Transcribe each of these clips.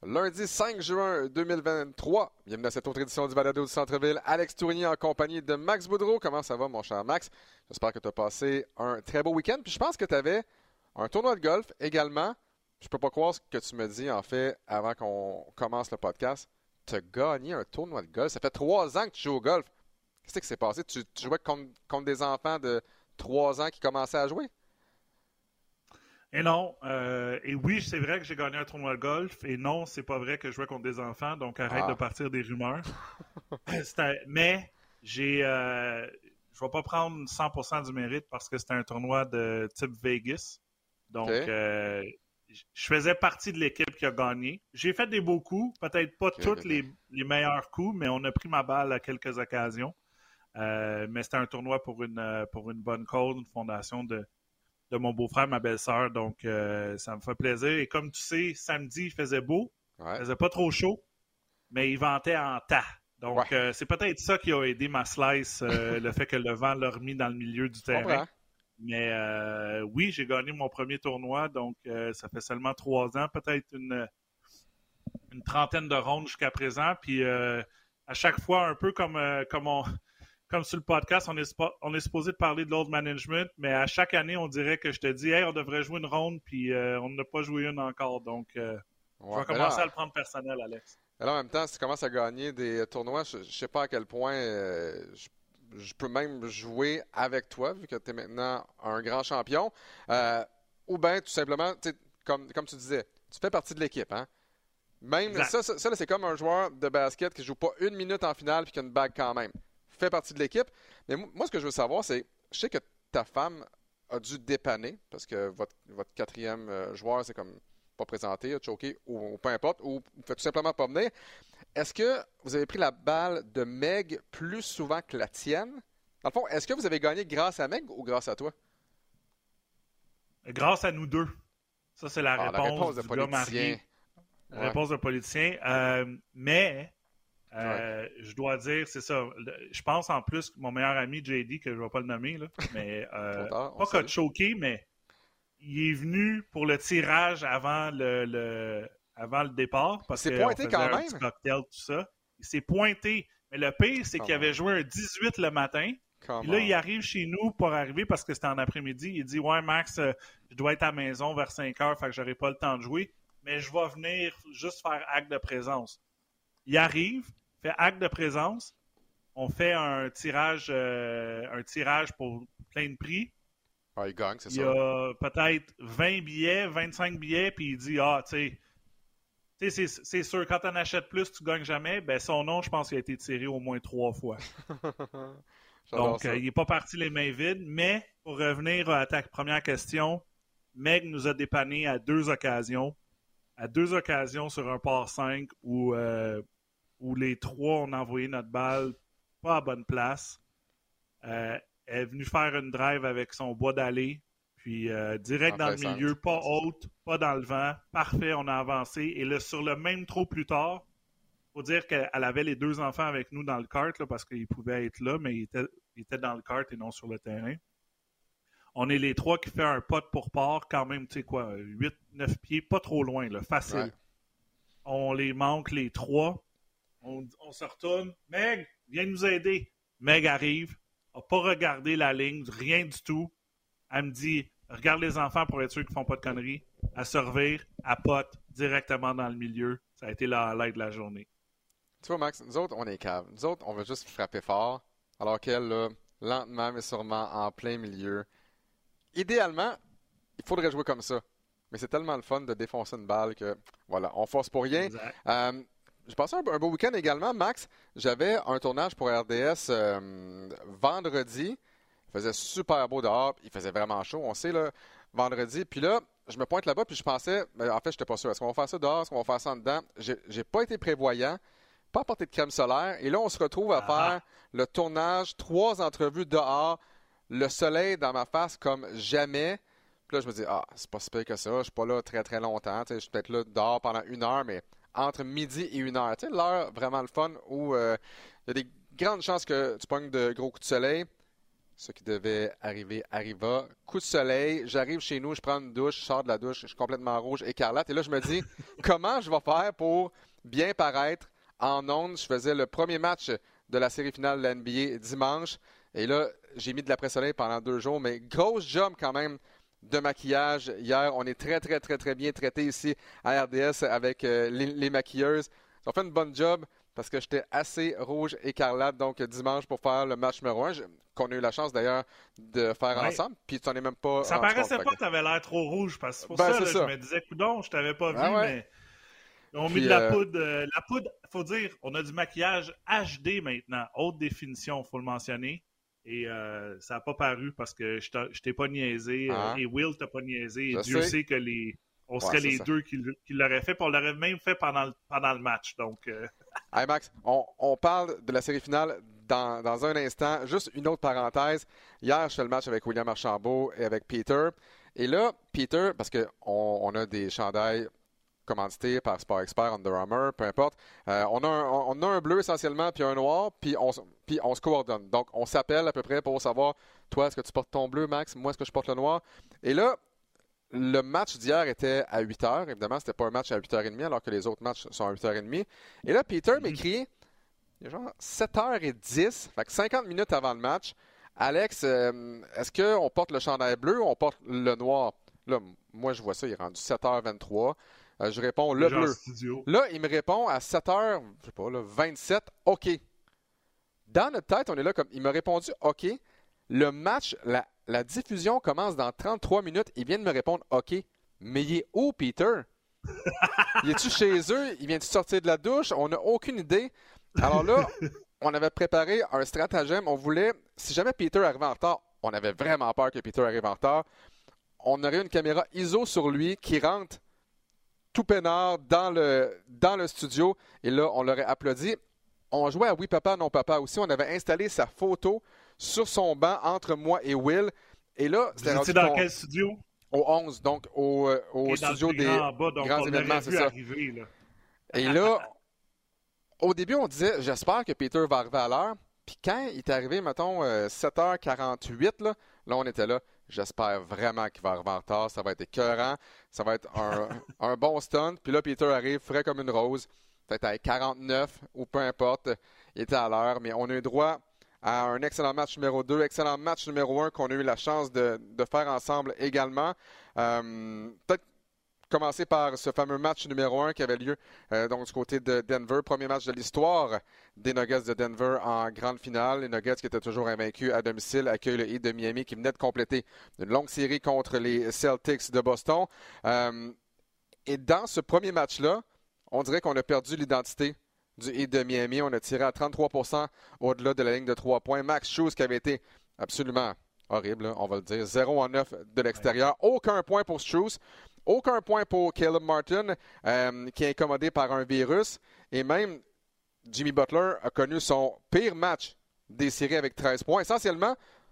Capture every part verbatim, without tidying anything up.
Lundi cinq juin deux mille vingt-trois, bienvenue à cette autre édition du Balado du Centre-Ville. Alex Tourigny en compagnie de Max Boudreau. Comment ça va, mon cher Max? J'espère que tu as passé un très beau week-end. Puis je pense que tu avais un tournoi de golf également. Je peux pas croire ce que tu me dis, en fait, avant qu'on commence le podcast. Tu as gagné un tournoi de golf. Ça fait trois ans que tu joues au golf. Qu'est-ce qui s'est passé? Tu, tu jouais contre, contre des enfants de trois ans qui commençaient à jouer? Et non. Euh, et oui, c'est vrai que j'ai gagné un tournoi de golf. Et non, c'est pas vrai que je jouais contre des enfants. Donc, arrête ah. de partir des rumeurs. Mais, j'ai... Euh, je vais pas prendre cent pour cent du mérite parce que c'était un tournoi de type Vegas. Donc, okay. euh, je faisais partie de l'équipe qui a gagné. J'ai fait des beaux coups. Peut-être pas okay, tous okay. Les, les meilleurs coups, mais on a pris ma balle à quelques occasions. Euh, mais c'était un tournoi pour une, pour une bonne cause, une fondation de... de mon beau-frère, ma belle-sœur. Donc, euh, ça me fait plaisir. Et comme tu sais, samedi, il faisait beau. Ouais. Il faisait pas trop chaud, mais il ventait en tas. Donc, ouais. euh, c'est peut-être ça qui a aidé ma slice, euh, le fait que le vent l'a remis dans le milieu du terrain. Ouais. Mais euh, oui, j'ai gagné mon premier tournoi. Donc, euh, ça fait seulement trois ans, peut-être une, une trentaine de rondes jusqu'à présent. Puis, euh, à chaque fois, un peu comme, euh, comme on... Comme sur le podcast, on est, on est supposé de parler de load management, mais à chaque année, on dirait que je te dis « Hey, on devrait jouer une ronde, puis euh, on n'a pas joué une encore. » Donc, euh, ouais, je vais commencer là, à le prendre personnel, Alex. Alors, en même temps, si tu commences à gagner des tournois, je ne sais pas à quel point euh, je, je peux même jouer avec toi, vu que tu es maintenant un grand champion. Euh, ou bien, tout simplement, comme, comme tu disais, tu fais partie de l'équipe, hein? Même exact. ça, ça, ça là, c'est comme un joueur de basket qui ne joue pas une minute en finale puis qui a une bague quand même. Fait partie de l'équipe. Mais moi, ce que je veux savoir, c'est, je sais que ta femme a dû dépanner, parce que votre, votre quatrième euh, joueur, c'est comme pas présenté, a choqué, ou, ou peu importe, ou ne fait tout simplement pas venir. Est-ce que vous avez pris la balle de Meg plus souvent que la tienne? Dans le fond, est-ce que vous avez gagné grâce à Meg ou grâce à toi? Grâce à nous deux. Ça, c'est la, ah, réponse, la réponse de politicien. La ouais. réponse de politicien. Euh, mais... Euh, ouais. Je dois dire, c'est ça. Je pense en plus que mon meilleur ami J D, que je ne vais pas le nommer, là, mais euh, tard, pas qu'il a choqué, mais il est venu pour le tirage avant le, le, avant le départ. Parce c'est pointé quand même. Un petit cocktail, tout ça. Il s'est pointé. Mais le pire, c'est Come qu'il on. avait joué un dix-huit le matin. Puis là, on. il arrive chez nous pour arriver parce que c'était en après-midi. Il dit « Ouais, Max, euh, je dois être à la maison vers cinq heures, fait que j'aurai pas le temps de jouer. Mais je vais venir juste faire acte de présence. » Il arrive, fait acte de présence, on fait un tirage euh, un tirage pour plein de prix. Ah, il gagne, c'est il ça. Il y a peut-être vingt billets, vingt-cinq billets, puis il dit « Ah, tu sais, c'est, c'est sûr, quand tu en achètes plus, tu gagnes jamais. » Ben, son nom, je pense qu'il a été tiré au moins trois fois. Donc, euh, il n'est pas parti les mains vides. Mais, pour revenir à ta première question, Meg nous a dépanné à deux occasions. À deux occasions sur un par cinq où... Euh, où les trois, on a envoyé notre balle pas à bonne place. Euh, elle est venue faire une drive avec son bois d'allée, puis euh, direct dans le milieu, pas haute, pas dans le vent. Parfait, on a avancé. Et là, sur le même trou plus tard, il faut dire qu'elle avait les deux enfants avec nous dans le kart, là, parce qu'ils pouvaient être là, mais ils étaient, ils étaient dans le kart et non sur le terrain. On est les trois qui fait un pot pour part, quand même, tu sais quoi, huit neuf pieds, pas trop loin, là, facile. Ouais. On les manque les trois. On, on se retourne. Meg, viens nous aider. Meg arrive, n'a pas regardé la ligne, rien du tout. Elle me dit, regarde les enfants pour être sûr qu'ils ne font pas de conneries. Elle se revire, elle pote directement dans le milieu. Ça a été la highlight de la journée. Tu vois, Max, nous autres, on est caves. Nous autres, on veut juste frapper fort, alors qu'elle, là, lentement mais sûrement, en plein milieu. Idéalement, il faudrait jouer comme ça. Mais c'est tellement le fun de défoncer une balle que, voilà, on force pour rien. Euh, J'ai passé un, un beau week-end également, Max. J'avais un tournage pour R D S euh, vendredi. Il faisait super beau dehors. Il faisait vraiment chaud, on sait, là, vendredi. Puis là, je me pointe là-bas, puis je pensais... Ben, en fait, je n'étais pas sûr. Est-ce qu'on va faire ça dehors? Est-ce qu'on va faire ça en dedans? J'ai, j'ai pas été prévoyant. Pas apporté de crème solaire. Et là, on se retrouve à ah. faire le tournage, trois entrevues dehors, le soleil dans ma face comme jamais. Puis là, je me dis, ah, c'est pas si pire que ça. Je suis pas là très, très longtemps. Je suis peut-être là dehors pendant une heure, mais... entre midi et une heure. Tu sais, l'heure vraiment le fun où il euh, y a des grandes chances que tu pognes de gros coups de soleil. Ce qui devait arriver arriva. Coup de soleil, j'arrive chez nous, je prends une douche, je sors de la douche, je suis complètement rouge, écarlate. Et là, je me dis, comment je vais faire pour bien paraître en ondes? Je faisais le premier match de la série finale de la N B A dimanche. Et là, j'ai mis de l'après-soleil pendant deux jours. Mais grosse job quand même de maquillage hier. On est très, très, très, très bien traité ici à R D S avec euh, les, les maquilleuses. Ils ont fait une bonne job. Parce que j'étais assez rouge écarlate, donc dimanche, pour faire le match numéro un, qu'on a eu la chance d'ailleurs de faire ouais. ensemble. Puis tu n'en es même pas. Ça paraissait pas que tu avais l'air trop rouge, parce que c'est pour ben, ça, là, ça. je me disais, coudonc, je t'avais pas ah, vu, ouais. mais ils ont Puis, mis de la euh... poudre. Euh, la poudre, faut dire, on a du maquillage H D maintenant, haute définition, faut le mentionner. Et euh, ça n'a pas paru parce que je t'ai pas niaisé, ah. euh, et Will t'a pas niaisé, je et Dieu sais. sait que les. On ouais, serait les ça. deux qui, qui l'auraient fait, puis on l'aurait même fait pendant le, pendant le match. Donc, euh... hey Max, on, on parle de la série finale dans, dans un instant. Juste une autre parenthèse. Hier, je fais le match avec William Archambault et avec Peter. Et là, Peter, parce qu'on on a des chandails commandités par Sport Expert, Under Armour, peu importe. Euh, on, a un, on a un bleu essentiellement, puis un noir, puis on, puis on se coordonne. Donc, on s'appelle à peu près pour savoir, toi, est-ce que tu portes ton bleu, Max? Moi, est-ce que je porte le noir? Et là, le match d'hier était à huit heures. Évidemment, c'était pas un match à huit heures trente, alors que les autres matchs sont à huit heures trente. Et là, Peter mm-hmm. m'écrit, il y a genre sept heures dix, fait que cinquante minutes avant le match. Alex, euh, est-ce qu'on porte le chandail bleu ou on porte le noir? Là, moi, je vois ça, il est rendu sept heures vingt-trois. Euh, je réponds le bleu. Studio. Là, il me répond à sept heures, je sais pas, là, vingt-sept, OK. Dans notre tête, on est là comme, il m'a répondu OK. Le match, la, la diffusion commence dans trente-trois minutes. Il vient de me répondre OK. Mais il est où, Peter? Il est-tu chez eux? Il vient-tu sortir de la douche? On n'a aucune idée. Alors là, on avait préparé un stratagème. On voulait, si jamais Peter arrivait en retard, on avait vraiment peur que Peter arrive en retard. On aurait une caméra I S O sur lui qui rentre tout peinard dans le, dans le studio. Et là, on l'aurait applaudi. On jouait à Oui Papa, Non Papa aussi. On avait installé sa photo sur son banc entre moi et Will. Et là, c'était rendu dans quel studio? Au onze, donc au, euh, au studio des grand bas, donc grands on événements, c'est ça. Arriver, là. Et là, au début, on disait, j'espère que Peter va arriver à l'heure. Puis quand il est arrivé, mettons, euh, sept heures quarante-huit, là, là, on était là. J'espère vraiment qu'il va arriver en retard. Ça va être écœurant. Ça va être un, un bon stunt. Puis là, Peter arrive frais comme une rose. Peut-être à quarante-neuf ou peu importe. Il était à l'heure. Mais on a eu droit à un excellent match numéro deux, excellent match numéro un qu'on a eu la chance de, de faire ensemble également. Euh, peut-être commencer par ce fameux match numéro un qui avait lieu euh, donc du côté de Denver. Premier match de l'histoire des Nuggets de Denver en grande finale. Les Nuggets qui étaient toujours invaincus à domicile accueillent le Heat de Miami qui venait de compléter une longue série contre les Celtics de Boston. Euh, et dans ce premier match-là, on dirait qu'on a perdu l'identité du Heat de Miami. On a tiré à trente-trois pour cent au-delà de la ligne de trois points. Max Strus qui avait été absolument horrible, on va le dire. zéro en neuf de l'extérieur. Aucun point pour Strus. Aucun point pour Caleb Martin, euh, qui est incommodé par un virus. Et même Jimmy Butler a connu son pire match des séries avec treize points. Essentiellement,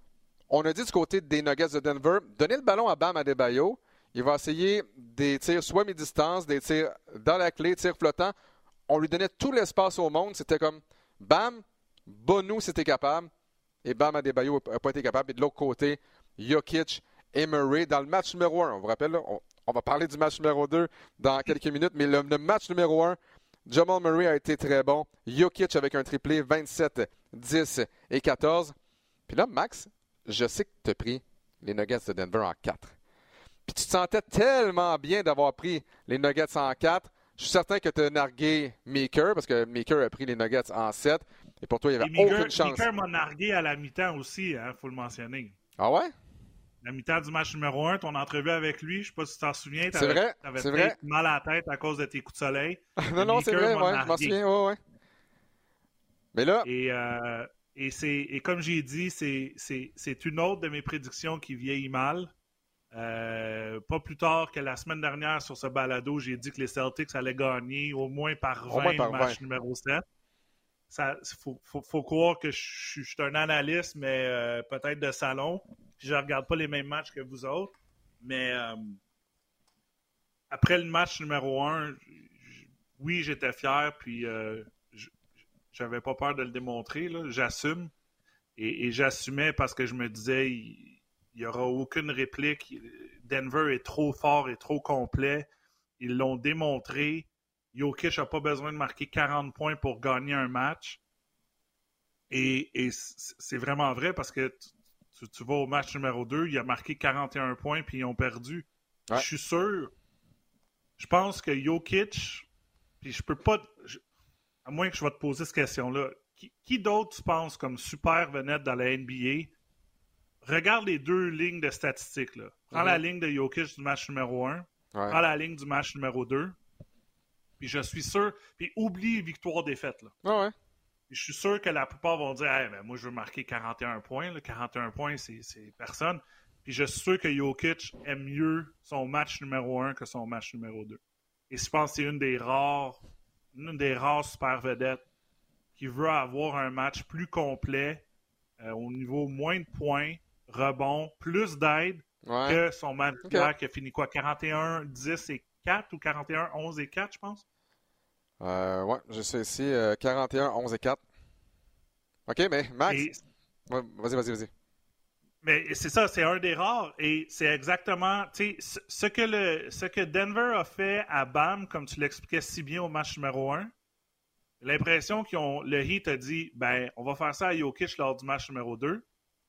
on a dit du côté des Nuggets de Denver, donnez le ballon à Bam Adebayo. Il va essayer des tirs soit mi-distance, des tirs dans la clé, tirs flottants. On lui donnait tout l'espace au monde. C'était comme, Bam, bats-nous si t'es capable. Et Bam Adebayo n'a pas été capable. Et de l'autre côté, Jokic et Murray dans le match numéro un. On vous rappelle, là, on, on va parler du match numéro deux dans quelques minutes. Mais le, le match numéro un, Jamal Murray a été très bon. Jokic avec un triplé, vingt-sept, dix et quatorze. Puis là, Max, je sais que tu as pris les Nuggets de Denver en quatre. Puis tu te sentais tellement bien d'avoir pris les Nuggets en quatre. Je suis certain que tu as nargué Meeker, parce que Meeker a pris les Nuggets en sept. Et pour toi, il n'y avait Meeker, aucune chance. Meeker m'a nargué à la mi-temps aussi, il hein, faut le mentionner. Ah ouais? La mi-temps du match numéro un, ton entrevue avec lui, je ne sais pas si tu t'en souviens. C'est vrai, tu avais c'est vrai. mal à la tête à cause de tes coups de soleil. non, non, c'est vrai, ouais, je m'en souviens, ouais, ouais. Mais là... Et, euh, et, c'est, et comme j'ai dit, c'est, c'est, c'est une autre de mes prédictions qui vieillit mal. Euh, pas plus tard que la semaine dernière sur ce balado, j'ai dit que les Celtics allaient gagner au moins par vingt, moins par vingt. Match numéro sept. Il faut, faut, faut croire que je, je, je suis un analyste, mais euh, peut-être de salon. Puis je ne regarde pas les mêmes matchs que vous autres. Mais euh, après le match numéro un, j- oui, j'étais fier, puis euh, j'avais pas peur de le démontrer. Là, j'assume. Et, et j'assumais parce que je me disais, il n'y aura aucune réplique. Denver est trop fort et trop complet. Ils l'ont démontré. Jokic n'a pas besoin de marquer quarante points pour gagner un match. Et, et c'est vraiment vrai parce que tu, tu vas au match numéro deux, il a marqué quarante et un points puis ils ont perdu. Ouais. Je suis sûr. Je pense que Jokic, puis je peux pas... Je, à moins que je vais te poser cette question-là, qui, qui d'autre tu penses comme super vedette dans la N B A? Regarde les deux lignes de statistiques. Là. Prends mm-hmm. la ligne de Jokic du match numéro un, ouais. Prends la ligne du match numéro deux, puis je suis sûr... Puis oublie victoire-défaite. Là. Ah ouais. Je suis sûr que la plupart vont dire hey, ben, moi, je veux marquer quarante et un points. Là. quarante et un points, c'est, c'est personne. Puis je suis sûr que Jokic aime mieux son match numéro un que son match numéro deux. Et je pense que c'est une des rares, une des rares super vedettes qui veut avoir un match plus complet, euh, au niveau moins de points, rebonds, plus d'aide ouais. que son match okay. qui a fini quoi? quarante et un, dix et quatre ou quarante et un, onze et quatre, je pense? Euh, ouais, je sais ici, euh, quarante et un, onze et quatre. OK, mais Max, et... ouais, vas-y, vas-y, vas-y. Mais c'est ça, c'est un des rares. Et c'est exactement, tu sais, ce que le, ce que Denver a fait à Bam, comme tu l'expliquais si bien au match numéro un, l'impression qu'ils ont, le Heat a dit, ben, on va faire ça à Jokic lors du match numéro deux.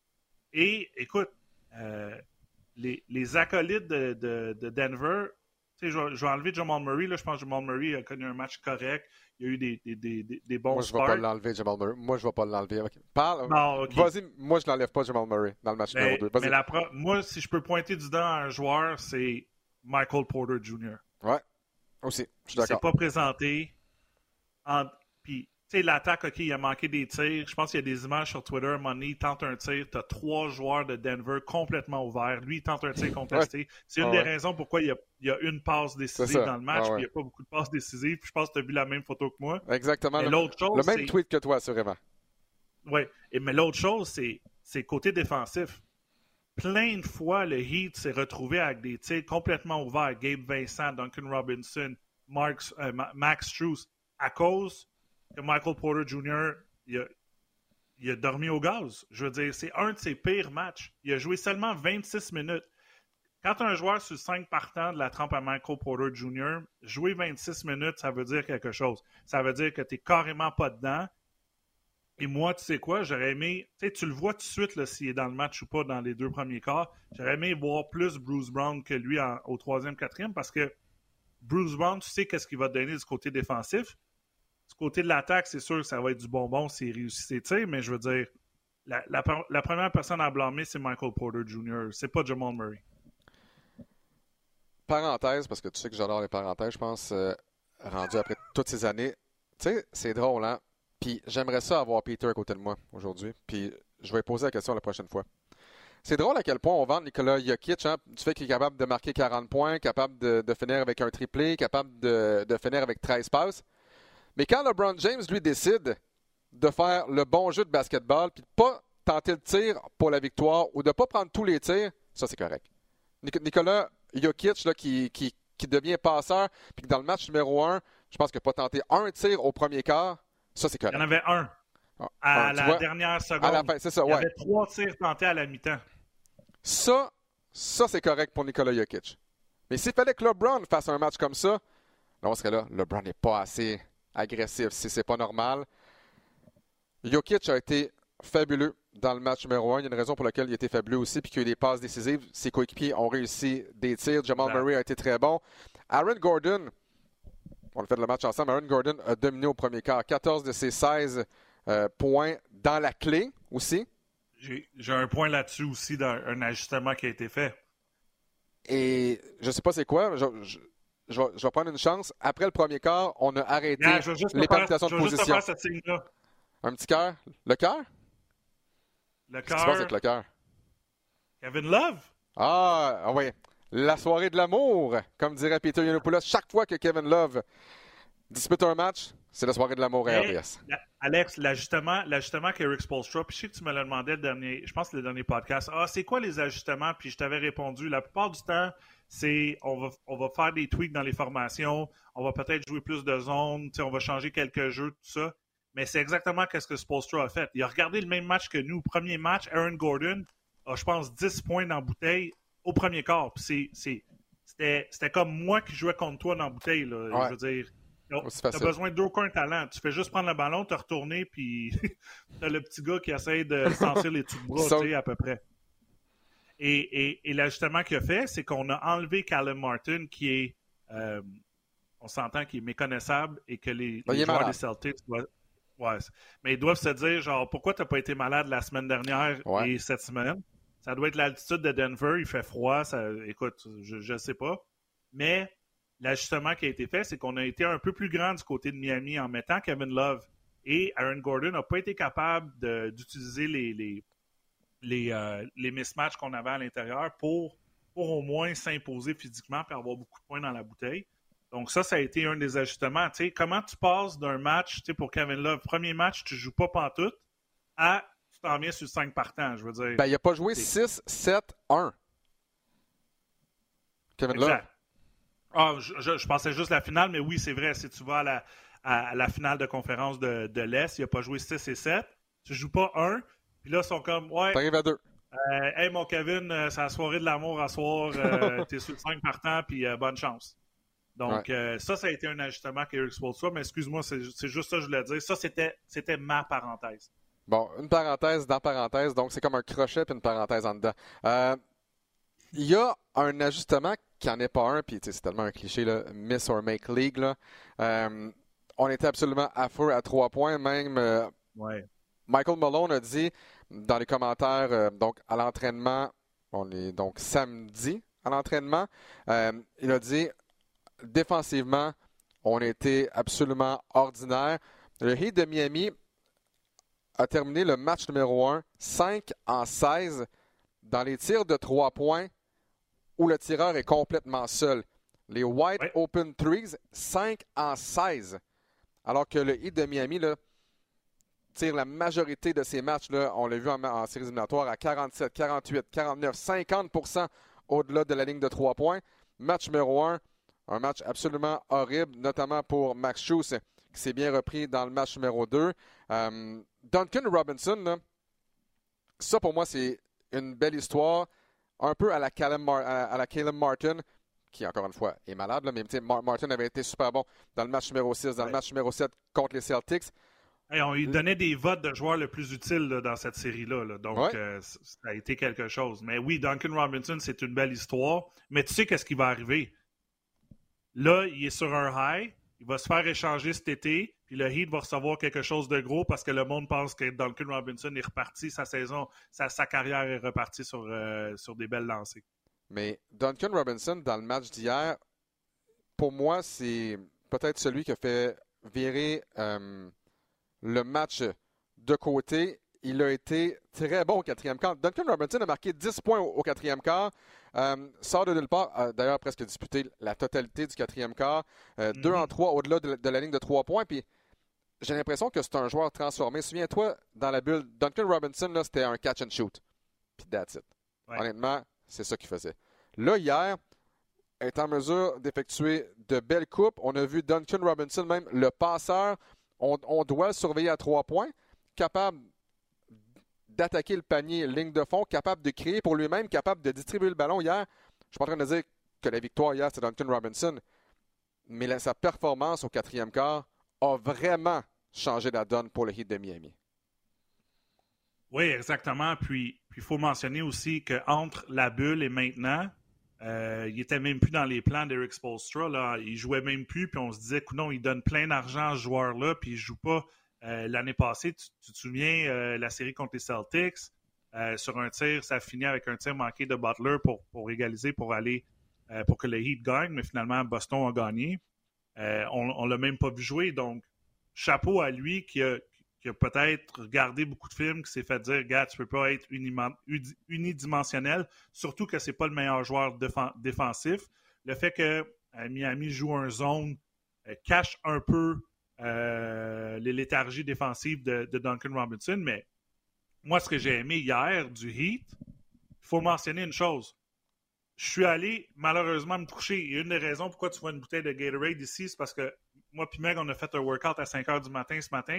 Et, écoute, euh, les, les acolytes de, de, de Denver, tu sais, je, je vais enlever Jamal Murray, là, je pense que Jamal Murray a connu un match correct. Il y a eu des, des, des, des bons Moi, je ne vais pas l'enlever, Jamal Murray. Moi, je ne vais pas l'enlever. Okay. Parle. Non, okay. Vas-y, moi, je ne l'enlève pas, Jamal Murray, dans le match mais, numéro deux. Vas-y. Mais la pro... moi, si je peux pointer du doigt à un joueur, c'est Michael Porter junior Ouais, aussi. Je suis d'accord. Il ne s'est pas présenté. En... Puis, tu sais, l'attaque, OK, il a manqué des tirs. Je pense qu'il y a des images sur Twitter. À un moment donné, il tente un tir. Tu as trois joueurs de Denver complètement ouverts. Lui, il tente un tir contesté. Ouais. C'est une ah, des ouais. raisons pourquoi il y, a, il y a une passe décisive dans le match. Ah, ouais. Puis il n'y a pas beaucoup de passes décisives. Puis je pense que tu as vu la même photo que moi. Exactement. Mais le, l'autre chose, le même c'est... tweet que toi, assurément. Oui. Mais l'autre chose, c'est, c'est côté défensif. Plein de fois, le Heat s'est retrouvé avec des tirs complètement ouverts. Gabe Vincent, Duncan Robinson, Marks, euh, Max Strus, à cause que Michael Porter junior, il a, il a dormi au gaz. Je veux dire, c'est un de ses pires matchs. Il a joué seulement vingt-six minutes. Quand un joueur sur cinq partants de la trempe à Michael Porter junior, jouer vingt-six minutes, ça veut dire quelque chose. Ça veut dire que tu n'es carrément pas dedans. Et moi, tu sais quoi, j'aurais aimé... Tu sais, tu le vois tout de suite là, s'il est dans le match ou pas dans les deux premiers quarts. J'aurais aimé voir plus Bruce Brown que lui en, au troisième, quatrième, parce que Bruce Brown, tu sais qu'est-ce qu'il va te donner du côté défensif. Du côté de l'attaque, c'est sûr que ça va être du bonbon s'il réussit ses tirs, mais je veux dire, la, la, la première personne à blâmer, c'est Michael Porter junior C'est pas Jamal Murray. Parenthèse, parce que tu sais que j'adore les parenthèses, je pense, euh, rendu après toutes ces années. Tu sais, c'est drôle, hein? Puis j'aimerais ça avoir Peter à côté de moi aujourd'hui. Puis je vais poser la question la prochaine fois. C'est drôle à quel point on vend Nikola Jokic, hein, du fait qu'il est capable de marquer quarante points, capable de, de finir avec un triplé, capable de, de finir avec treize passes. Mais quand LeBron James, lui, décide de faire le bon jeu de basketball puis de ne pas tenter le tir pour la victoire ou de ne pas prendre tous les tirs, ça, c'est correct. Nikola Jokic, là, qui, qui, qui devient passeur, puis que dans le match numéro un, je pense qu'il n'a pas tenté un tir au premier quart, ça, c'est correct. Il y en avait un ah, à ah, la vois, dernière seconde. À la fin, c'est ça, Il y ouais. avait trois tirs tentés à la mi-temps. Ça, ça c'est correct pour Nikola Jokic. Mais s'il fallait que LeBron fasse un match comme ça, là, on serait là. LeBron n'est pas assez agressif, si c'est pas normal. Jokic a été fabuleux dans le match numéro un. Il y a une raison pour laquelle il a été fabuleux aussi, puis qu'il y a eu des passes décisives. Ses coéquipiers ont réussi des tirs. Jamal Murray a été très bon. Aaron Gordon, on a fait le match ensemble. Aaron Gordon a dominé au premier quart. quatorze de ses seize euh, points dans la clé aussi. J'ai, j'ai un point là-dessus aussi, dans un ajustement qui a été fait. Et je ne sais pas c'est quoi, je, je, je, vais, je vais prendre une chance. Après le premier quart, on a arrêté yeah, les palpitations de position. Je vais juste faire cette signe-là. Un petit cœur. Le cœur? Le cœur. Qu'est-ce qui se passe avec le cœur? Kevin Love? Ah, ah oui. La soirée de l'amour, comme dirait Peter Yiannopoulos. Chaque fois que Kevin Love dispute un match, c'est la soirée de l'amour à R D S. La, Alex, l'ajustement, l'ajustement qu'Eric Spoelstra, puis je sais que tu me l'as demandé le dernier, je pense que le dernier podcast. Ah, c'est quoi les ajustements? Puis je t'avais répondu. La plupart du temps, c'est on va, on va faire des tweaks dans les formations, on va peut-être jouer plus de zones, on va changer quelques jeux, tout ça. mais c'est exactement ce que Spoelstra a fait. Il a regardé le même match que nous. Premier match, Aaron Gordon a, je pense, dix points dans la bouteille au premier quart. Puis c'est, c'est, c'était, c'était comme moi qui jouais contre toi dans la bouteille. Là. Ouais. Je veux dire, Aussi t'as facile. besoin d'aucun talent. Tu fais juste prendre le ballon, te retourner, puis t'as le petit gars qui essaie de sentir les tout bras, So- tu sais, à peu près. Et, et, et l'ajustement qu'il a fait, c'est qu'on a enlevé Callum Martin, qui est, euh, on s'entend, qu'il est méconnaissable et que les, Ben, il les est joueurs malade. des Celtics doivent, ouais, mais ils doivent se dire, genre, pourquoi t'as pas été malade la semaine dernière Ouais. et cette semaine? Ça doit être l'altitude de Denver, il fait froid, ça, écoute, je ne sais pas. Mais l'ajustement qui a été fait, c'est qu'on a été un peu plus grand du côté de Miami en mettant Kevin Love. Et Aaron Gordon n'a pas été capable de, d'utiliser les, les, les, euh, les mismatchs qu'on avait à l'intérieur pour, pour au moins s'imposer physiquement et avoir beaucoup de points dans la bouteille. Donc ça, ça a été un des ajustements. T'sais, comment tu passes d'un match pour Kevin Love, premier match, tu ne joues pas pantoute, à tu t'en viens sur cinq partants, je veux dire. Ben, il n'a pas joué c'est... six sept un. Kevin Love. Exact. Ah, je, je, je pensais juste la finale, mais oui, c'est vrai, si tu vas à la, à, à la finale de conférence de, de l'Est, il n'a pas joué six et sept, tu ne joues pas un, puis là, ils sont comme, ouais, T'arrives à deux. euh, hey, mon Kevin, euh, c'est la soirée de l'amour à soir, euh, t'es sur le cinq partants, puis euh, bonne chance. Donc, Ouais. euh, ça, ça a été un ajustement qu'Eric Spoelstra, mais excuse-moi, c'est, c'est juste ça que je voulais dire. Ça, c'était, c'était ma parenthèse. Bon, une parenthèse dans parenthèse, donc c'est comme un crochet puis une parenthèse en dedans. Euh, Il y a un ajustement qui n'en est pas un, puis tu sais, c'est tellement un cliché, là, miss or make league. Là. Euh, on était absolument affreux à trois points. Même euh, Ouais. Michael Malone a dit dans les commentaires, euh, donc à l'entraînement, on est donc samedi à l'entraînement, euh, il a dit défensivement, on était absolument ordinaire. Le Heat de Miami a terminé le match numéro un, cinq en seize, dans les tirs de trois points où le tireur est complètement seul. Les wide Ouais. open threes, cinq en seize. Alors que le Heat de Miami là, tire la majorité de ses matchs, là, on l'a vu en, en séries éliminatoires, à quarante-sept, quarante-huit, quarante-neuf, cinquante pour cent au-delà de la ligne de trois points. Match numéro un, un match absolument horrible, notamment pour Max Strus, qui s'est bien repris dans le match numéro deux. Euh, Duncan Robinson, là, ça pour moi, c'est une belle histoire, un peu à la Caleb, Mar- à la Caleb Martin, qui encore une fois est malade, là, mais Mar- Martin avait été super bon dans le match numéro six, dans Ouais. le match numéro sept contre les Celtics. Hey, on lui donnait des votes de joueurs le plus utiles là, dans cette série-là. Là. Donc, Ouais. euh, ça a été quelque chose. Mais oui, Duncan Robinson, c'est une belle histoire. Mais tu sais qu'est-ce qui va arriver? Là, il est sur un high. Il va se faire échanger cet été. Puis le Heat va recevoir quelque chose de gros parce que le monde pense que Duncan Robinson est reparti. Sa saison, sa, sa carrière est repartie sur, euh, sur des belles lancées. Mais Duncan Robinson, dans le match d'hier, pour moi, c'est peut-être celui qui a fait virer euh, le match de côté. Il a été très bon au quatrième quart. Duncan Robinson a marqué dix points au, au quatrième quart. Euh, sort de nulle part, a d'ailleurs presque disputé la totalité du quatrième quart. Euh, Mm-hmm. deux en trois au-delà de, de la ligne de trois points. Puis j'ai l'impression que c'est un joueur transformé. Souviens-toi, dans la bulle, Duncan Robinson, là, c'était un catch and shoot. Puis that's it. Ouais. Honnêtement, c'est ça qu'il faisait. Là, hier, est en mesure d'effectuer de belles coupes. On a vu Duncan Robinson, même le passeur, on, on doit le surveiller à trois points, capable d'attaquer le panier, ligne de fond, capable de créer pour lui-même, capable de distribuer le ballon hier. Je ne suis pas en train de dire que la victoire hier, c'est Duncan Robinson, mais la, sa performance au quatrième quart a vraiment changé la donne pour le Heat de Miami. Oui, exactement. Puis il faut mentionner aussi qu'entre la bulle et maintenant, euh, il était même plus dans les plans d'Eric Spoelstra. Là. Il jouait même plus, puis on se disait que non, il donne plein d'argent à ce joueur-là, puis il joue pas. Euh, l'année passée, tu, tu te souviens, euh, la série contre les Celtics, euh, sur un tir, ça finit avec un tir manqué de Butler pour, pour égaliser, pour aller euh, pour que le Heat gagne, mais finalement, Boston a gagné. Euh, on ne l'a même pas vu jouer, donc chapeau à lui qui a, qui a peut-être regardé beaucoup de films, qui s'est fait dire, gars, tu peux pas être unima- unidimensionnel, surtout que c'est pas le meilleur joueur défen- défensif. Le fait que euh, Miami joue un zone euh, cache un peu euh, les léthargies défensives de, de Duncan Robinson, mais moi, ce que j'ai aimé hier du Heat, il faut mentionner une chose. Je suis allé malheureusement me coucher. Et une des raisons pourquoi tu vois une bouteille de Gatorade ici, c'est parce que moi et Meg, on a fait un workout à cinq heures du matin ce matin.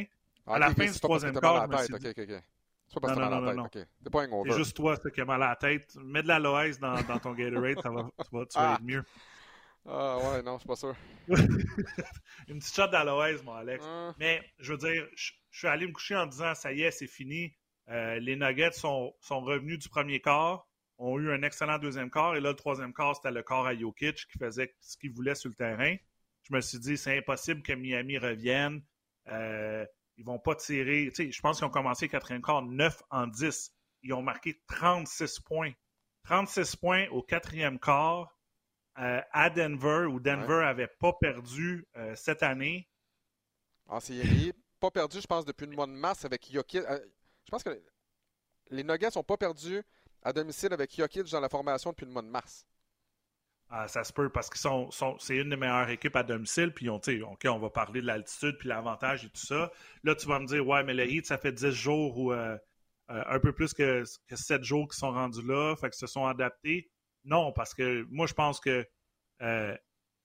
Ah, À la ok, fin ok, du c'est pas parce que troisième t'as quart, mal je à me la suis tête. dit... Ok, ok, ok. C'est pas parce Non, que t'as non, mal non, à non, la non. tête. Ok. T'es pas hangover. C'est juste toi ça, qui a mal à la tête. Mets de l'aloès dans, dans ton Gatorade, ça va, tu vas, tu vas Ah! être mieux. Ah, ouais, non, je suis pas sûr. Une petite shot d'aloès, mon Alex. Hum, Mais, je veux dire, je, je suis allé me coucher en disant, ça y est, c'est fini. Euh, les Nuggets sont, sont revenus du premier quart, ont eu un excellent deuxième quart, et là, le troisième quart, c'était le quart à Jokic qui faisait ce qu'il voulait sur le terrain. Je me suis dit, c'est impossible que Miami revienne. Euh, ils vont pas tirer. Tu sais, je pense qu'ils ont commencé le quatrième quart neuf en dix. Ils ont marqué trente-six points. trente-six points au quatrième quart. Euh, à Denver, où Denver ouais. n'avait pas perdu euh, cette année. En série, pas perdu, je pense, depuis le mois de mars avec Jokic. Euh, je pense que les Nuggets sont pas perdus à domicile avec Jokic dans la formation depuis le mois de mars. Ah, ça se peut parce que sont, sont, c'est une des meilleures équipes à domicile. Puis, on, OK, on va parler de l'altitude puis l'avantage et tout ça. Là, tu vas me dire, ouais, mais le Heat, ça fait dix jours ou euh, euh, un peu plus que, que sept jours qu'ils sont rendus là. Fait qu'ils se sont adaptés. Non, parce que moi, je pense que euh,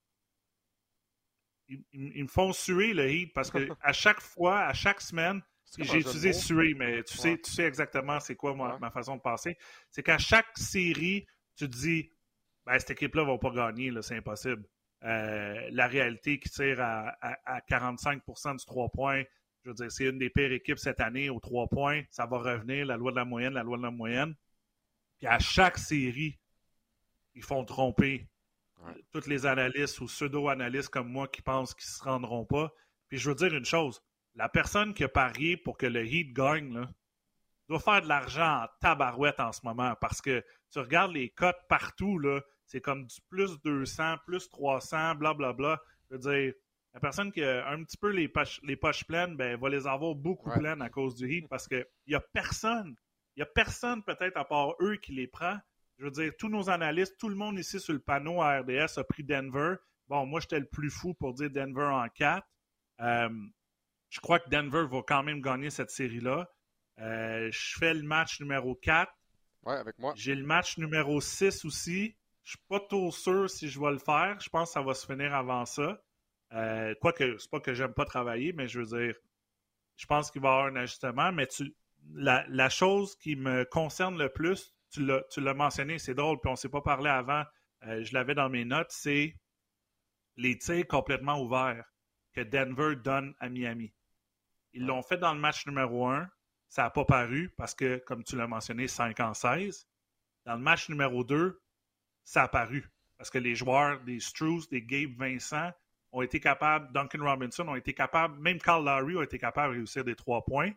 ils, ils me font suer le Heat parce que à chaque fois, à chaque semaine, C'est comme j'ai un jeu de utilisé mots. suer, mais tu sais, Ouais. tu sais exactement c'est quoi ma, Ouais. ma façon de penser. C'est qu'à chaque série, tu te dis, ben, cette équipe-là va pas gagner, là, c'est impossible. Euh, la réalité qui tire à, à, à quarante-cinq pour cent du trois points, je veux dire, c'est une des pires équipes cette année aux trois points. Ça va revenir, la loi de la moyenne, la loi de la moyenne. Puis à chaque série, ils font tromper Ouais. toutes les analystes ou pseudo-analystes comme moi qui pensent qu'ils ne se rendront pas. Puis je veux dire une chose, la personne qui a parié pour que le Heat gagne, là, doit faire de l'argent en tabarouette en ce moment parce que tu regardes les cotes partout, là, c'est comme du plus deux cents, plus trois cents, blablabla. Je veux dire, la personne qui a un petit peu les poches, les poches pleines, ben, va les avoir beaucoup Ouais. pleines à cause du Heat parce qu'il n'y a personne, il n'y a personne peut-être à part eux qui les prend. Je veux dire, tous nos analystes, tout le monde ici sur le panneau à R D S a pris Denver. Bon, moi, j'étais le plus fou pour dire Denver en quatre. Euh, je crois que Denver va quand même gagner cette série-là. Euh, je fais le match numéro quatre. Ouais, avec moi. J'ai le match numéro six aussi. Je suis pas trop sûr si je vais le faire. Je pense que ça va se finir avant ça. Euh, Quoique, c'est pas que j'aime pas travailler, mais je veux dire, je pense qu'il va y avoir un ajustement. Mais tu, la, la chose qui me concerne le plus, tu l'as, tu l'as mentionné, c'est drôle, puis on s'est pas parlé avant, euh, je l'avais dans mes notes, c'est les tirs complètement ouverts que Denver donne à Miami. Ils Ouais. l'ont fait dans le match numéro un. Ça n'a pas paru parce que, comme tu l'as mentionné, cinq en seize. Dans le match numéro deux, ça a paru. Parce que les joueurs des Strus, des Gabe Vincent ont été capables, Duncan Robinson ont été capables, même Kyle Lowry a été capable de réussir des trois points.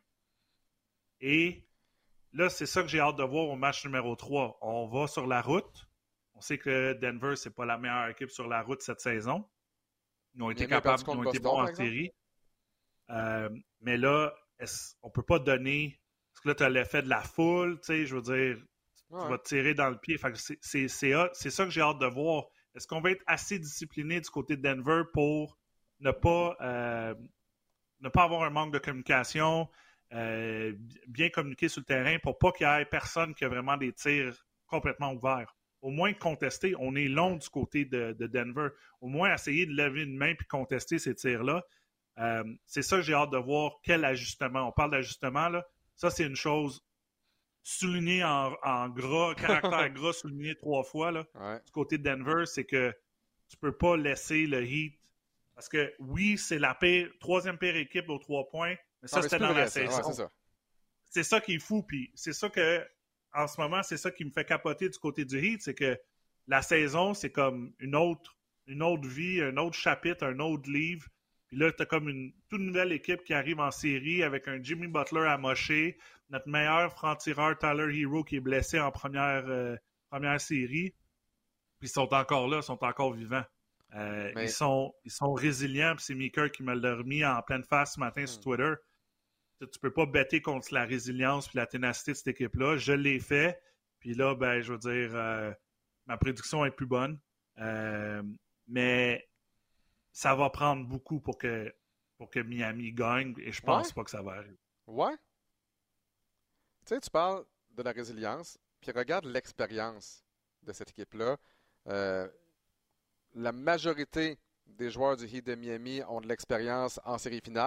Et là, c'est ça que j'ai hâte de voir au match numéro trois. On va sur la route. On sait que Denver, c'est pas la meilleure équipe sur la route cette saison. Ils ont été Miami a perdu capables, ils contre ont été Boston, bons par en exemple? série. Euh, mais là, on peut pas donner. Parce que là, tu as l'effet de la foule, tu sais, je veux dire, Ouais. tu vas te tirer dans le pied. Fait que c'est, c'est, c'est, c'est ça que j'ai hâte de voir. Est-ce qu'on va être assez discipliné du côté de Denver pour ne pas, euh, ne pas avoir un manque de communication, euh, bien communiquer sur le terrain pour pas qu'il y ait personne qui a vraiment des tirs complètement ouverts? Au moins contester. On est long du côté de, de Denver. Au moins essayer de lever une main puis contester ces tirs-là. Euh, c'est ça que j'ai hâte de voir. Quel ajustement? On parle d'ajustement, là. Ça, c'est une chose soulignée en, en gras, caractère gras, souligné trois fois, là. Ouais. Du côté de Denver, c'est que tu peux pas laisser le Heat. Parce que oui, c'est la pire, troisième pire équipe aux trois points, mais ça, Non, mais c'était c'est plus dans vrai, la ça. saison. Ouais, c'est ça. C'est ça qui est fou, puis c'est ça que, en ce moment, c'est ça qui me fait capoter du côté du Heat, c'est que la saison, c'est comme une autre, une autre vie, un autre chapitre, un autre livre. Puis là, t'as comme une toute nouvelle équipe qui arrive en série avec un Jimmy Butler amoché, notre meilleur franc-tireur Tyler Hero qui est blessé en première, euh, première série. Puis ils sont encore là, ils sont encore vivants. Euh, Mais- ils, sont, ils sont résilients, puis c'est Meeker qui me l'a remis en pleine face ce matin Hmm. sur Twitter. Tu, tu peux pas bêter contre la résilience puis la ténacité de cette équipe-là. Je l'ai fait. Puis là, ben, je veux dire, euh, ma prédiction est plus bonne. Euh, mais ça va prendre beaucoup pour que, pour que Miami gagne et je pense Ouais. pas que ça va arriver. Ouais. Tu sais, tu parles de la résilience, puis regarde l'expérience de cette équipe-là. Euh, la majorité des joueurs du Heat de Miami ont de l'expérience en série finale.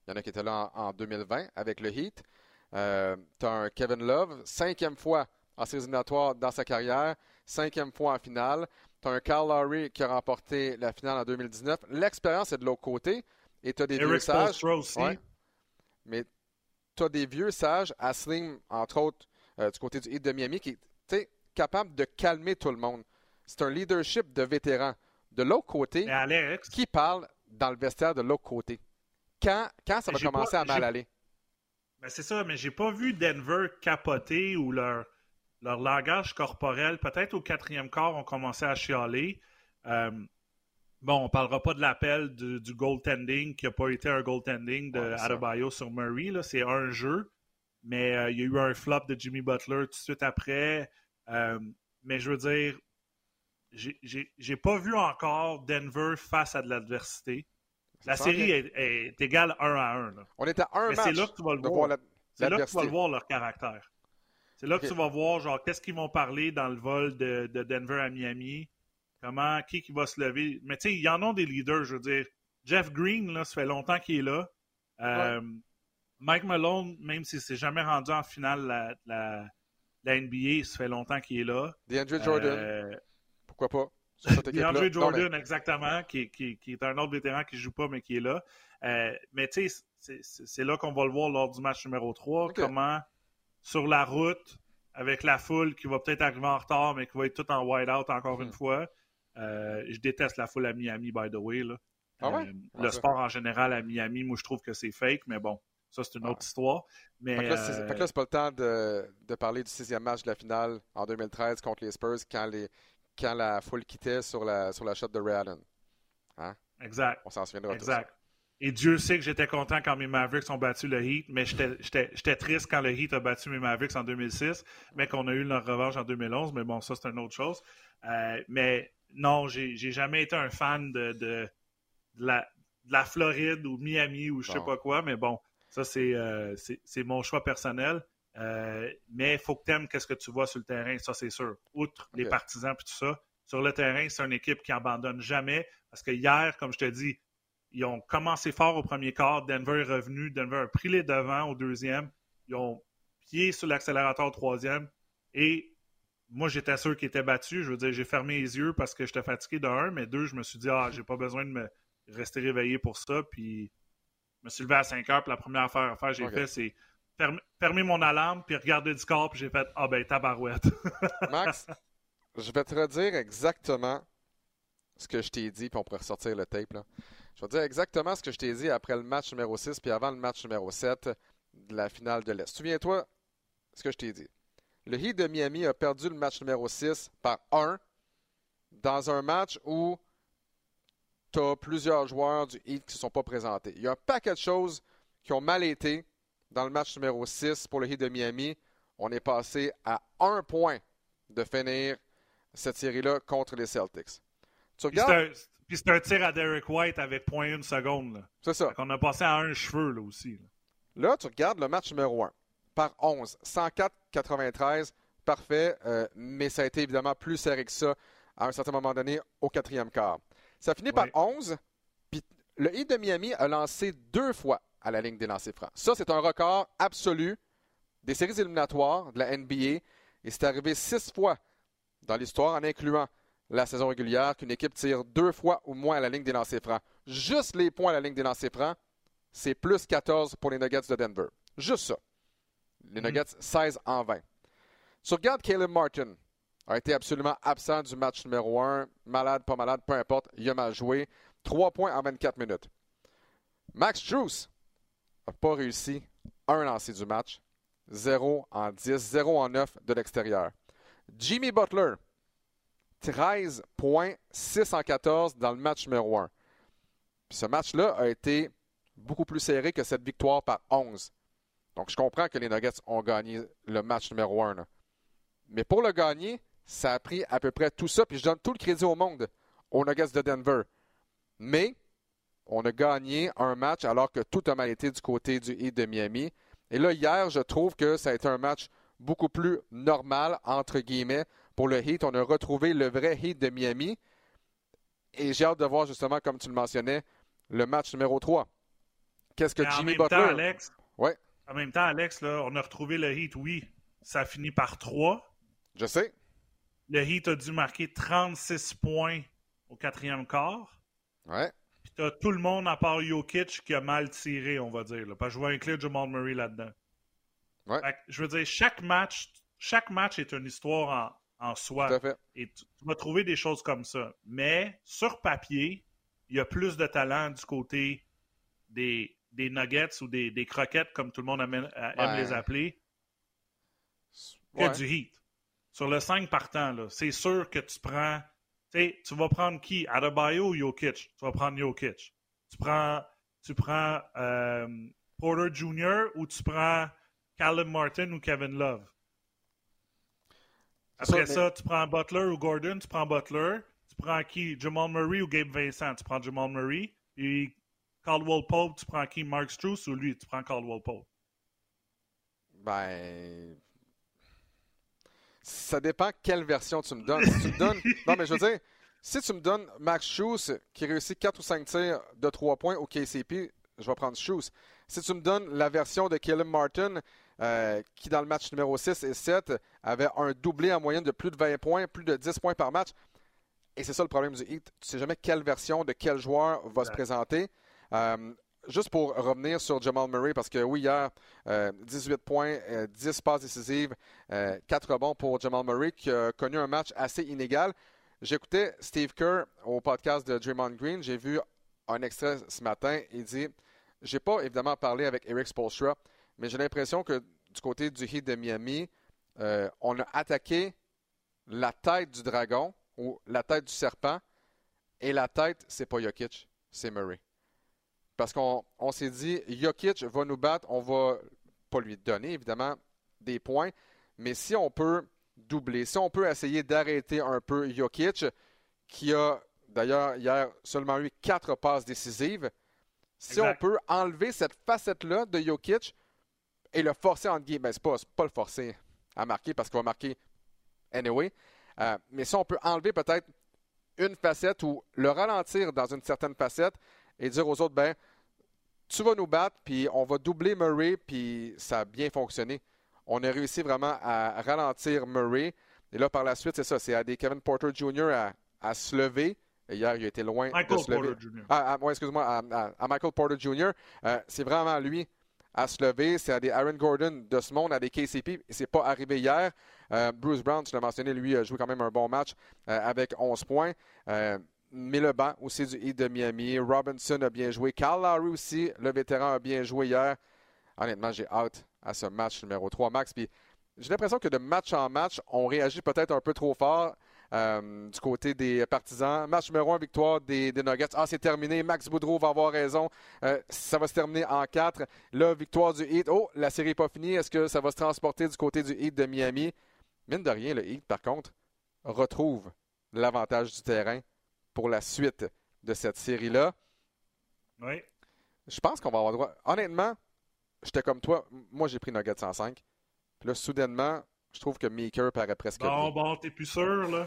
Il y en a qui étaient là en, en deux mille vingt avec le Heat. Euh, tu as un Kevin Love, cinquième fois en séries éliminatoires dans sa carrière, cinquième fois en finale. Tu as un Kyle Lowry qui a remporté la finale en deux mille dix-neuf. L'expérience est de l'autre côté. Et tu as des Eric vieux sages. Spoelstra aussi. Ouais, mais tu as des vieux sages, Haslem, entre autres, euh, du côté du Heat de Miami, qui est capable de calmer tout le monde. C'est un leadership de vétéran. De l'autre côté, Mais Alex, qui parle dans le vestiaire de l'autre côté? Quand, quand ça va j'ai commencer pas- à mal j'ai- aller? ben c'est ça, mais j'ai pas vu Denver capoter ou leur, leur langage corporel. Peut-être au quatrième quart, on commençait à chialer. Euh, bon, on parlera pas de l'appel du, du goaltending qui n'a pas été un goaltending de Ouais, ça. Adebayo sur Murray. Là. C'est un jeu, mais euh, il y a eu un flop de Jimmy Butler tout de suite après. Euh, mais je veux dire, j'ai- j'ai j'ai pas vu encore Denver face à de l'adversité. La Ça série vient. est, est égale un à un. Là. On est à un Mais match c'est là que tu vas le de voir. voir la- C'est là que tu vas l'adversité. le voir leur caractère. C'est là que Ok. tu vas voir, genre, qu'est-ce qu'ils vont parler dans le vol de, de Denver à Miami. Comment, qui, qui va se lever. Mais tu sais, il y en a des leaders, je veux dire. Jeff Green, là, ça fait longtemps qu'il est là. Euh, Mike Malone, même s'il ne s'est jamais rendu en finale de la, la, la N B A, ça fait longtemps qu'il est là. DeAndre Jordan, Euh, pourquoi pas? Sur cette équipe-là. DeAndre Non, mais- Jordan, exactement, qui, qui, qui est un autre vétéran qui ne joue pas, mais qui est là. Euh, mais tu sais, c'est- c'est c'est là qu'on va le voir lors du match numéro trois. Ok. Comment, sur la route, avec la foule qui va peut-être arriver en retard, mais qui va être tout en wide-out encore Mhm. une fois. Euh, je déteste la foule à Miami, by the way. Là. Ah ouais? Euh, Ah, le ça. sport en général à Miami, moi, je trouve que c'est fake, mais bon, ça, c'est une Ah. autre histoire. Mais, Fait que là, c'est euh, fait que là, c'est pas le temps de, de parler du sixième match de la finale en deux mille treize contre les Spurs quand, les, quand la foule quittait sur la, sur la shot de Ray Allen. exact. On s'en souviendra tous. Exact. Et Dieu sait que j'étais content quand mes Mavericks ont battu le Heat, mais j'étais- j'étais j'étais triste quand le Heat a battu mes Mavericks en deux mille six, mais qu'on a eu leur revanche en deux mille onze. Mais bon, ça, c'est une autre chose. Euh, mais non, j'ai j'ai jamais été un fan de, de, de la, de la Floride ou Miami ou je sais Non. pas quoi. Mais bon, ça, c'est euh, c'est- c'est mon choix personnel. Euh, mais il faut que tu aimes qu'est-ce que tu vois sur le terrain, ça, c'est sûr. Outre les Ok. partisans et tout ça, sur le terrain, c'est une équipe qui abandonne jamais. Parce que hier, comme je te dis, ils ont commencé fort au premier quart. Denver est revenu. Denver a pris les devants au deuxième. Ils ont pied sur l'accélérateur au troisième. Et moi, j'étais sûr qu'ils étaient battus. Je veux dire, j'ai fermé les yeux parce que j'étais fatigué de un, mais deux, je me suis dit, ah, j'ai pas besoin de me rester réveillé pour ça. Puis, je me suis levé à cinq heures. Puis, la première affaire à faire que j'ai Ok. fait, c'est fermer, fermer mon alarme, puis regarder le score. Puis, j'ai fait, ah, ben, tabarouette. Max, je vais te redire exactement ce que je t'ai dit, puis on pourrait ressortir le tape. Là. Je vais te dire exactement ce que je t'ai dit après le match numéro six, puis avant le match numéro sept de la finale de l'Est. Souviens-toi ce que je t'ai dit. Le Heat de Miami a perdu le match numéro six par un dans un match où tu as plusieurs joueurs du Heat qui ne se sont pas présentés. Il y a un paquet de choses qui ont mal été dans le match numéro six pour le Heat de Miami. On est passé à un point de finir cette série-là contre les Celtics. Tu Puis, c'est regardes, un, puis c'est un tir à Derek White avec point une seconde. Là. c'est ça. Fait qu'on a passé à un cheveu, là aussi. Là. Là, tu regardes le match numéro un. Par onze, cent quatre à quatre-vingt-treize, parfait, euh, mais ça a été évidemment plus serré que ça à un certain moment donné au quatrième quart. Ça finit par Ouais. onze, puis le Heat de Miami a lancé deux fois à la ligne des lancers francs. Ça, c'est un record absolu des séries éliminatoires de la N B A, et c'est arrivé six fois dans l'histoire, en incluant la saison régulière, qu'une équipe tire deux fois ou moins à la ligne des lancers francs. Juste les points à la ligne des lancers francs, c'est plus quatorze pour les Nuggets de Denver. Juste ça. Les Mm. Nuggets, seize en vingt. Tu regardes Caleb Martin, a été absolument absent du match numéro un. Malade, pas malade, peu importe, il a mal joué. trois points en vingt-quatre minutes. Max Strus n'a pas réussi un lancer du match. zéro en dix, zéro en neuf de l'extérieur. Jimmy Butler, treize points, six en quatorze dans le match numéro un. Puis ce match-là a été beaucoup plus serré que cette victoire par onze. Donc, je comprends que les Nuggets ont gagné le match numéro un. Là. Mais pour le gagner, ça a pris à peu près tout ça. Puis je donne tout le crédit au monde aux Nuggets de Denver. Mais on a gagné un match alors que tout a mal été du côté du Heat de Miami. Et là, hier, je trouve que ça a été un match beaucoup plus normal, entre guillemets, pour le Heat. On a retrouvé le vrai Heat de Miami. Et j'ai hâte de voir, justement, comme tu le mentionnais, le match numéro trois. Qu'est-ce que Mais Jimmy en même Butler... temps, Alex, Ouais. En même temps, Alex, là, on a retrouvé le Heat, oui. Ça a fini par trois. Je sais. Le Heat a dû marquer trente-six points au quatrième quart. Ouais. Puis t'as tout le monde à part Jokic qui a mal tiré, on va dire. Là, parce que je vais inclure Jamal Murray là-dedans. Ouais. Fait que, je veux dire, chaque match, chaque match est une histoire en, en soi. Tout à fait. Et tu, tu vas trouver des choses comme ça. Mais sur papier, il y a plus de talent du côté des, des nuggets ou des, des croquettes, comme tout le monde aime, aime Ben, les appeler, que ouais. du Heat. Sur le cinq partant, là, c'est sûr que tu prends... Tu tu vas prendre qui? Adebayo ou Jokic? Tu vas prendre Jokic. Tu prends, tu prends euh, Porter junior ou tu prends Caleb Martin ou Kevin Love? Après ça, ça, mais... tu prends Butler ou Gordon, tu prends Butler. Tu prends qui? Jamal Murray ou Gabe Vincent? Tu prends Jamal Murray. Puis Caldwell Pope, tu prends qui? Mark Strus ou lui? Tu prends Caldwell Pope? Ben... Ça dépend quelle version tu me donnes. Si tu me donnes... Non, mais je veux dire, si tu me donnes Max Strus qui réussit quatre ou cinq tirs de trois points au K C P, je vais prendre Strus. Si tu me donnes la version de Caleb Martin, euh, qui dans le match numéro six et sept avait un doublé en moyenne de plus de vingt points, plus de dix points par match, et c'est ça le problème du Heat, tu ne sais jamais quelle version de quel joueur va ouais. se présenter. Euh, Juste pour revenir sur Jamal Murray, parce que oui, hier, euh, dix-huit points, euh, dix passes décisives, euh, quatre rebonds pour Jamal Murray, qui a connu un match assez inégal. J'écoutais Steve Kerr au podcast de Draymond Green. J'ai vu un extrait ce matin. Il dit, j'ai pas évidemment parlé avec Eric Spoelstra, mais j'ai l'impression que du côté du Heat de Miami, euh, on a attaqué la tête du dragon ou la tête du serpent, et la tête, c'est pas Jokic, c'est Murray. Parce qu'on on s'est dit, Jokic va nous battre, on va pas lui donner, évidemment, des points, mais si on peut doubler, si on peut essayer d'arrêter un peu Jokic, qui a d'ailleurs hier seulement eu quatre passes décisives, si exact. On peut enlever cette facette-là de Jokic et le forcer, entre guillemets, ben, c'est pas, c'est pas le forcer à marquer parce qu'il va marquer anyway, euh, mais si on peut enlever peut-être une facette ou le ralentir dans une certaine facette, et dire aux autres, ben, tu vas nous battre, puis on va doubler Murray, puis ça a bien fonctionné. On a réussi vraiment à ralentir Murray. Et là, par la suite, c'est ça, c'est à des Kevin Porter junior à, à se lever. Et hier, il a été loin Michael de se lever. Porter junior Ah, ah, ouais, excuse-moi, à, à, à Michael Porter junior Euh, c'est vraiment lui à se lever. C'est à des Aaron Gordon de ce monde, à des K C P. Et c'est pas arrivé hier. Euh, Bruce Brown, je l'ai mentionné, lui a joué quand même un bon match euh, avec onze points. Euh, Mais le banc aussi du Heat de Miami. Robinson a bien joué. Kyle Lowry aussi, le vétéran, a bien joué hier. Honnêtement, j'ai hâte à ce match numéro trois, Max. Puis j'ai l'impression que de match en match, on réagit peut-être un peu trop fort euh, du côté des partisans. Match numéro un, victoire des, des Nuggets. Ah, c'est terminé. Max Boudreau va avoir raison. Euh, ça va se terminer en quatre. Là, victoire du Heat. Oh, la série n'est pas finie. Est-ce que ça va se transporter du côté du Heat de Miami? Mine de rien, le Heat, par contre, retrouve l'avantage du terrain pour la suite de cette série-là. Oui. Je pense qu'on va avoir droit. Honnêtement, j'étais comme toi. Moi, j'ai pris Nuggets en cinq. Puis là, soudainement, je trouve que Meeker paraît presque Bon, bien. bon, t'es plus sûr, là?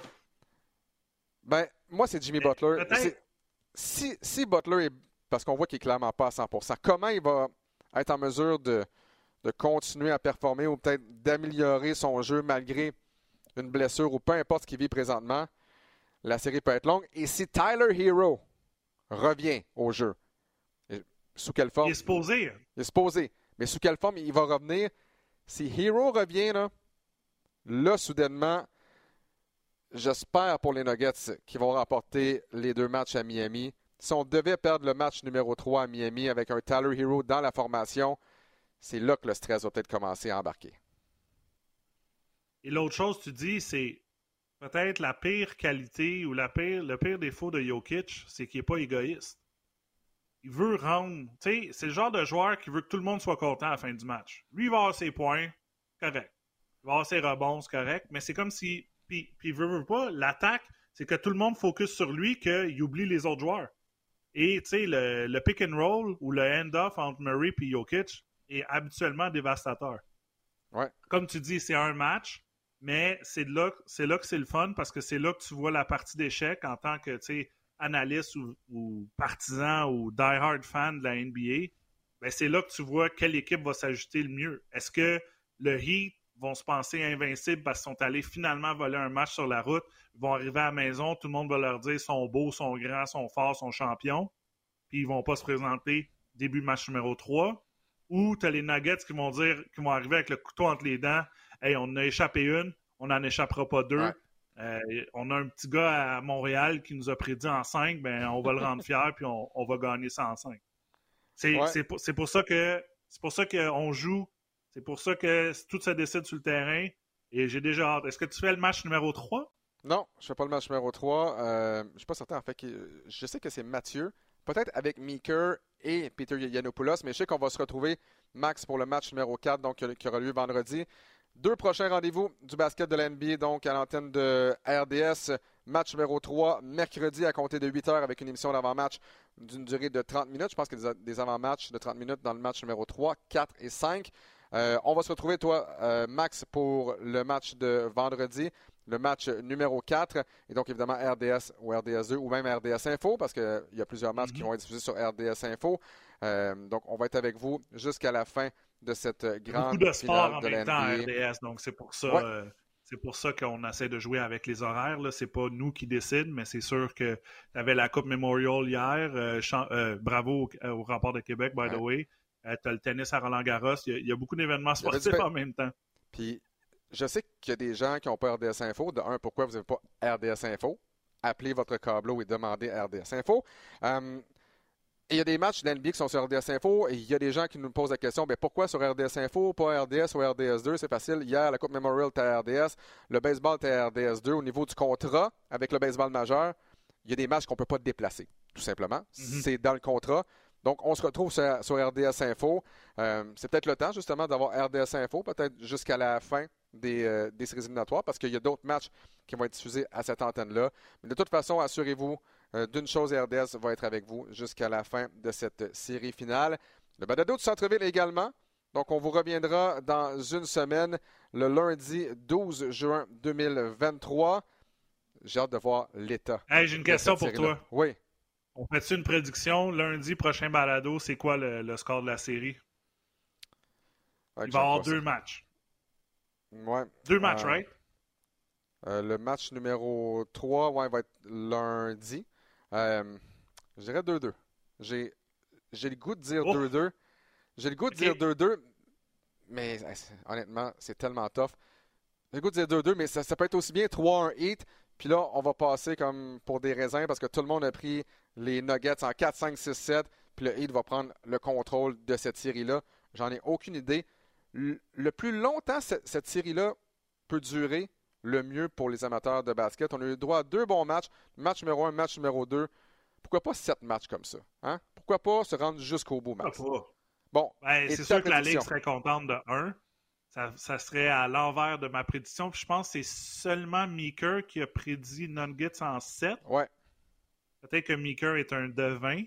Ben, moi, c'est Jimmy Mais Butler. C'est... Si, si Butler est... Parce qu'on voit qu'il est clairement pas à cent pour cent. Comment il va être en mesure de, de continuer à performer ou peut-être d'améliorer son jeu malgré une blessure ou peu importe ce qu'il vit présentement? La série peut être longue. Et si Tyler Hero revient au jeu, sous quelle forme? Il est supposé. Il est supposé. Mais sous quelle forme il va revenir? Si Hero revient, là, là soudainement, j'espère pour les Nuggets qu'ils vont remporter les deux matchs à Miami. Si on devait perdre le match numéro trois à Miami avec un Tyler Hero dans la formation, c'est là que le stress va peut-être commencer à embarquer. Et l'autre chose, tu dis, c'est peut-être la pire qualité ou la pire, le pire défaut de Jokic, c'est qu'il n'est pas égoïste. Il veut rendre... Tu sais, c'est le genre de joueur qui veut que tout le monde soit content à la fin du match. Lui, il va avoir ses points, correct. Il va avoir ses rebonds, c'est correct, mais c'est comme si... Puis, puis il veut, veut pas, l'attaque, c'est que tout le monde focus sur lui, qu'il oublie les autres joueurs. Et, tu sais, le, le pick and roll ou le hand-off entre Murray et Jokic est habituellement dévastateur. Ouais. Comme tu dis, c'est un match, mais c'est là, c'est là que c'est le fun parce que c'est là que tu vois la partie d'échec en tant que, tu sais, analyste ou, ou partisan ou die-hard fan de la N B A. ben c'est là que tu vois quelle équipe va s'ajuster le mieux. Est-ce que le Heat vont se penser invincibles parce qu'ils sont allés finalement voler un match sur la route, ils vont arriver à la maison, tout le monde va leur dire ils sont beaux, sont grands, sont forts, sont champions, puis ils vont pas se présenter début match numéro trois, ou tu as les Nuggets qui vont dire, qui vont arriver avec le couteau entre les dents, hey, on en a échappé une, on n'en échappera pas deux. Ouais. Euh, on a un petit gars à Montréal qui nous a prédit en cinq, ben on va le rendre fier puis on, on va gagner ça en cinq. C'est, ouais. c'est, pour, c'est pour ça que c'est pour ça qu'on joue. C'est pour ça que tout se décide sur le terrain. Et j'ai déjà hâte. Est-ce que tu fais le match numéro trois? Non, je ne fais pas le match numéro trois. Euh, je ne suis pas certain, en fait. Que, je sais que c'est Mathieu. Peut-être avec Meeker et Peter Yiannopoulos, mais je sais qu'on va se retrouver, Max, pour le match numéro quatre, donc qui aura lieu vendredi. Deux prochains rendez-vous du basket de la N B A, donc à l'antenne de R D S. Match numéro trois, mercredi à compter de huit heures avec une émission d'avant-match d'une durée de trente minutes. Je pense qu'il y a des avant-matchs de trente minutes dans le match numéro trois, quatre et cinq. Euh, on va se retrouver, toi, euh, Max, pour le match de vendredi, le match numéro quatre. Et donc, évidemment, R D S ou R D S deux ou même R D S Info, parce qu'il y a plusieurs matchs mm-hmm. qui vont être diffusés sur R D S Info. Euh, donc, on va être avec vous jusqu'à la fin de cette grande Beaucoup de sport finale en de même la temps N B A. à R D S, donc c'est pour ça... Ouais. Euh... C'est pour ça qu'on essaie de jouer avec les horaires. Là. C'est pas nous qui décident, mais c'est sûr que tu avais la Coupe Memorial hier. Euh, chan- euh, bravo au, au Rempart de Québec, by ouais. the way. Euh, tu as le tennis à Roland-Garros. Il y, y a beaucoup d'événements sportifs en même temps. Puis, je sais qu'il y a des gens qui n'ont pas R D S Info. De un, pourquoi vous n'avez pas R D S Info? Appelez votre câbleau et demandez R D S Info. Um, Et il y a des matchs de l'N B A qui sont sur R D S Info et il y a des gens qui nous posent la question, bien, pourquoi sur R D S Info, pas R D S ou R D S deux? C'est facile. Hier, la Coupe Memorial était à R D S, le baseball était à R D S deux. Au niveau du contrat avec le baseball majeur, il y a des matchs qu'on ne peut pas déplacer, tout simplement. Mm-hmm. C'est dans le contrat. Donc, on se retrouve sur, sur R D S Info. Euh, c'est peut-être le temps, justement, d'avoir R D S Info, peut-être jusqu'à la fin des, euh, des séries éliminatoires, parce qu'il y a d'autres matchs qui vont être diffusés à cette antenne-là. Mais de toute façon, assurez-vous euh, d'une chose, R D S va être avec vous jusqu'à la fin de cette série finale. Le balado du Centre-Ville également. Donc, on vous reviendra dans une semaine, le lundi douze juin deux mille vingt-trois. J'ai hâte de voir l'état. Hey, j'ai une question pour toi. Oui. On fait-tu une prédiction? Lundi, prochain balado, c'est quoi le, le score de la série? Ouais, il va y avoir deux ça. matchs. Ouais. Deux matchs, euh, right? Euh, le match numéro trois, ouais, va être lundi. Euh, je dirais deux deux. J'ai, j'ai le goût de dire oh. deux deux. J'ai le goût de okay. dire deux deux, mais honnêtement, c'est tellement tough. J'ai le goût de dire deux deux, mais ça, ça peut être aussi bien trois un Heat. Puis là, on va passer comme pour des raisins parce que tout le monde a pris les Nuggets en quatre cinq six sept. Puis le Heat va prendre le contrôle de cette série-là. J'en ai aucune idée. Le, le plus longtemps cette, cette série-là peut durer, le mieux pour les amateurs de basket. On a eu droit à deux bons matchs. Match numéro un, match numéro deux. Pourquoi pas sept matchs comme ça? Hein? Pourquoi pas se rendre jusqu'au bout, Max? Bon, ben, c'est sûr que la Ligue serait contente de un. Ça, ça serait à l'envers de ma prédiction. Puis je pense que c'est seulement Meeker qui a prédit Nuggets en sept. Ouais. Peut-être que Meeker est un devin.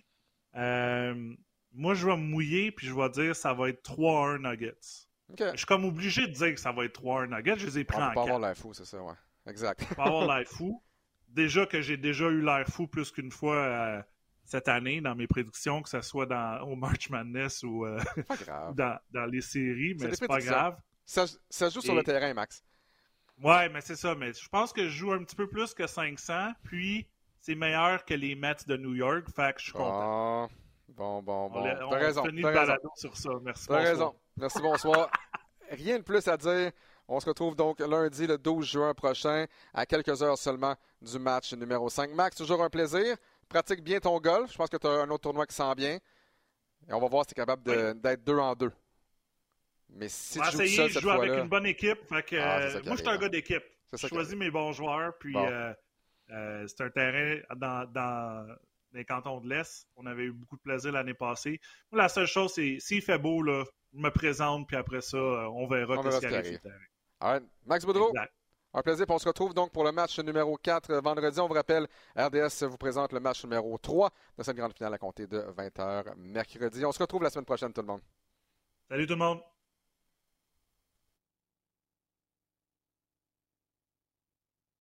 Euh, moi, je vais me mouiller puis je vais dire que ça va être trois un Nuggets. Okay. Je suis comme obligé de dire que ça va être trois un Nuggets. Je les ai pris on en quatre. quatre. On va pas avoir l'air fou, c'est ça, ouais. Exact. On va avoir l'air fou. Déjà que j'ai déjà eu l'air fou plus qu'une fois euh, cette année dans mes prédictions, que ce soit dans, au March Madness ou euh, pas grave. dans, dans les séries, mais c'est, c'est pas grave. Ça, ça joue sur Et... le terrain, Max. Ouais, mais c'est ça. Mais je pense que je joue un petit peu plus que cinq cents, puis c'est meilleur que les Mets de New York, fait que je suis content. Oh, bon, bon, bon. On, t'as on raison. finit t'as le raison. balado sur ça. Merci, t'as bonsoir. raison. Merci, bonsoir. Rien de plus à dire. On se retrouve donc lundi, le douze juin prochain, à quelques heures seulement du match numéro cinq. Max, toujours un plaisir. Pratique bien ton golf. Je pense que tu as un autre tournoi qui sent bien. Et on va voir si tu es capable de, oui. d'être deux en deux. Mais si on va tu joues essayer, seul je cette joue fois-là... avec une bonne équipe. Fait que, ah, euh, moi, je suis un gars d'équipe. Je choisis mes bons joueurs. Puis bon. euh, euh, c'est un terrain dans, dans les cantons de l'Est. On avait eu beaucoup de plaisir l'année passée. Moi, la seule chose, c'est s'il fait beau, là, je me présente. Puis après ça, on verra on ce qui arrive sur le terrain. Right. Max Boudreau, exact. Un plaisir. On se retrouve donc pour le match numéro quatre vendredi. On vous rappelle, R D S vous présente le match numéro trois de cette grande finale à compter de vingt heures mercredi. On se retrouve la semaine prochaine, tout le monde. Salut tout le monde.